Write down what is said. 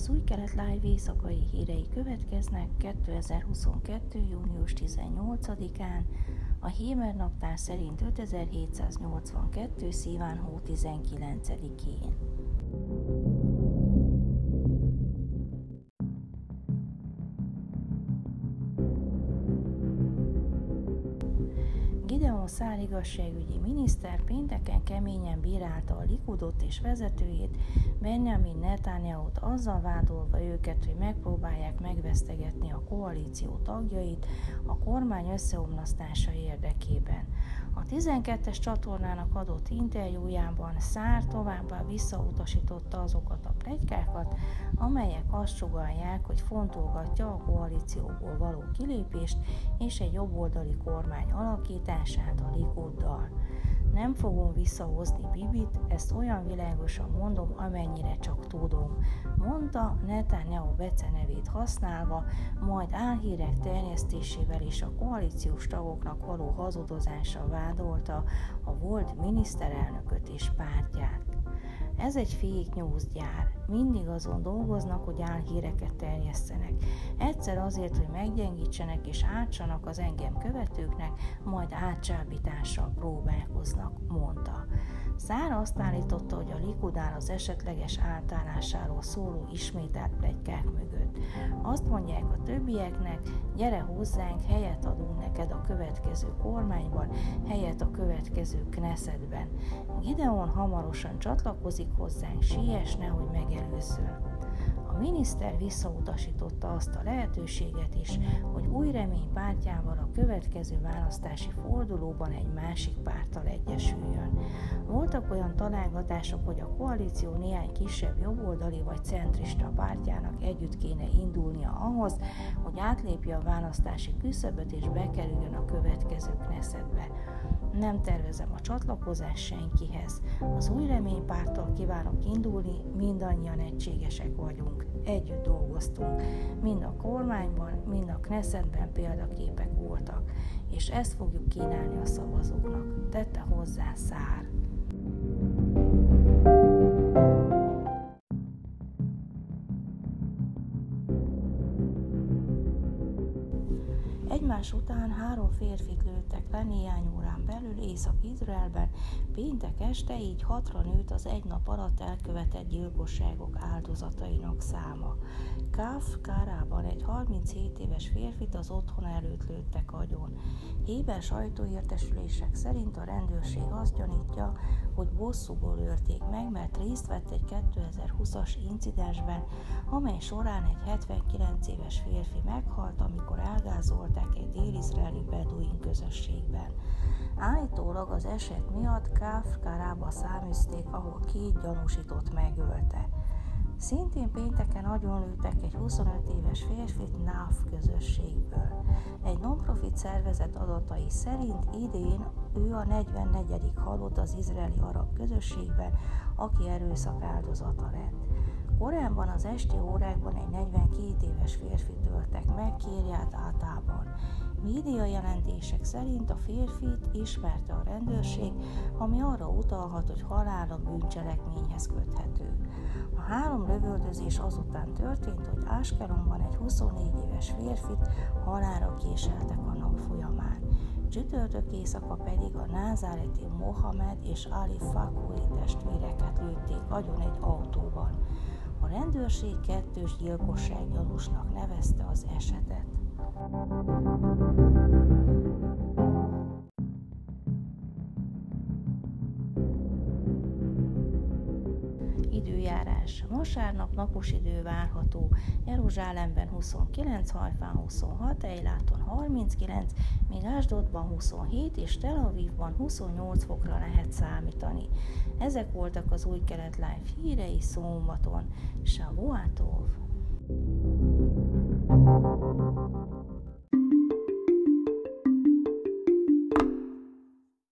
Az Új Kelet Live éjszakai hírei következnek 2022. június 18-án, a Hémer naptár szerint 5782. szíván hó 19-én. Gideon Szár igazságügyi miniszter pénteken keményen bírálta a Likudot és vezetőjét, Benjamin Netanyahut, azzal vádolva őket, hogy megpróbálják megvesztegetni a koalíció tagjait a kormány összeomlasztása érdekében. A 12-es csatornának adott interjújában Szár továbbá visszautasította azokat a pletykákat, amelyek azt sugallják, hogy fontolgatja a koalícióból való kilépést és egy jobboldali kormány alakítását a Likuddal. Nem fogom visszahozni Bibit, ezt olyan világosan mondom, amennyire csak tudom, mondta Netanyahu becenevét használva, majd álhírek terjesztésével és a koalíciós tagoknak való hazudozással vádolta a volt miniszterelnököt és pártját. Ez egy fake news gyár. Mindig azon dolgoznak, hogy álhíreket terjesztenek. Egyszer azért, hogy meggyengítsenek és átsanak az engem követőknek, majd átcsábítással próbálkoznak, mondta. Szár azt állította, hogy a Likud áll az esetleges átállásáról szóló ismételt pletykák mögött. Azt mondják a többieknek, gyere hozzánk, helyet adunk neked a következő kormányban, helyet a következő Knessetben. Gideon hamarosan csatlakozik hozzánk, siess, nehogy megelőzzön. A miniszter visszautasította azt a lehetőséget is, hogy Új Remény pártjával a következő választási fordulóban egy másik párttal egyesüljön. Voltak olyan találgatások, hogy a koalíció néhány kisebb jobboldali vagy centrista pártjának együtt kéne indulnia ahhoz, hogy átlépje a választási küszöböt és bekerüljön a következő Knessetbe. Nem tervezem a csatlakozást senkihez. Az Új Remény párttól kívánok indulni, mindannyian egységesek vagyunk. Együtt dolgoztunk. Mind a kormányban, mind a Knessetben példaképek voltak. És ezt fogjuk kínálni a szavazóknak, tette hozzá Szár. Egymás után 3 férfit lőttek le néhány órán belül Észak-Izraelben, péntek este, így 6-ra nőtt az egy nap alatt elkövetett gyilkosságok áldozatainak száma. Kfar-Karában egy 37 éves férfit az otthona előtt lőttek agyon. Héber sajtóértesülések szerint a rendőrség azt gyanítja, hogy bosszúból ölték meg, mert részt vett egy 2020-as incidensben, amely során egy 79 éves férfi meghalt, amikor elgázolták egy dél-izraeli beduin közösségben. Állítólag az eset miatt Kfar-Karába száműzték, ahol 2 gyanúsított megölte. Szintén pénteken agyonlőttek egy 25 éves férfit NAF közösségből. Egy non-profit szervezet adatai szerint idén ő a 44. halott az izraeli arab közösségben, aki erőszak áldozata lett. Korábban az esti órákban egy 42 éves férfit öltek meg Kirját Átában. Média jelentések szerint a férfit ismerte a rendőrség, ami arra utalhat, hogy halála bűncselekményhez köthető. A 3 lövöldözés azután történt, hogy Ashkelonban egy 24 éves férfit halálra késeltek a nap folyamán. Csütörtök éjszaka pedig a názáreti Mohamed és Ali Fakui testvéreket lőtték agyon egy autóban. A rendőrség 2-s gyilkosság gyanúsnak nevezte az esetet. Időjárás. Vasárnap napos idő várható, Jeruzsálemben 29, Hajfán 26, Eiláton 39, míg Asdodban 27 és Tel Avivban 28 fokra lehet számítani. Ezek voltak az Új Kelet Live hírei szombaton. Shavuot Tov!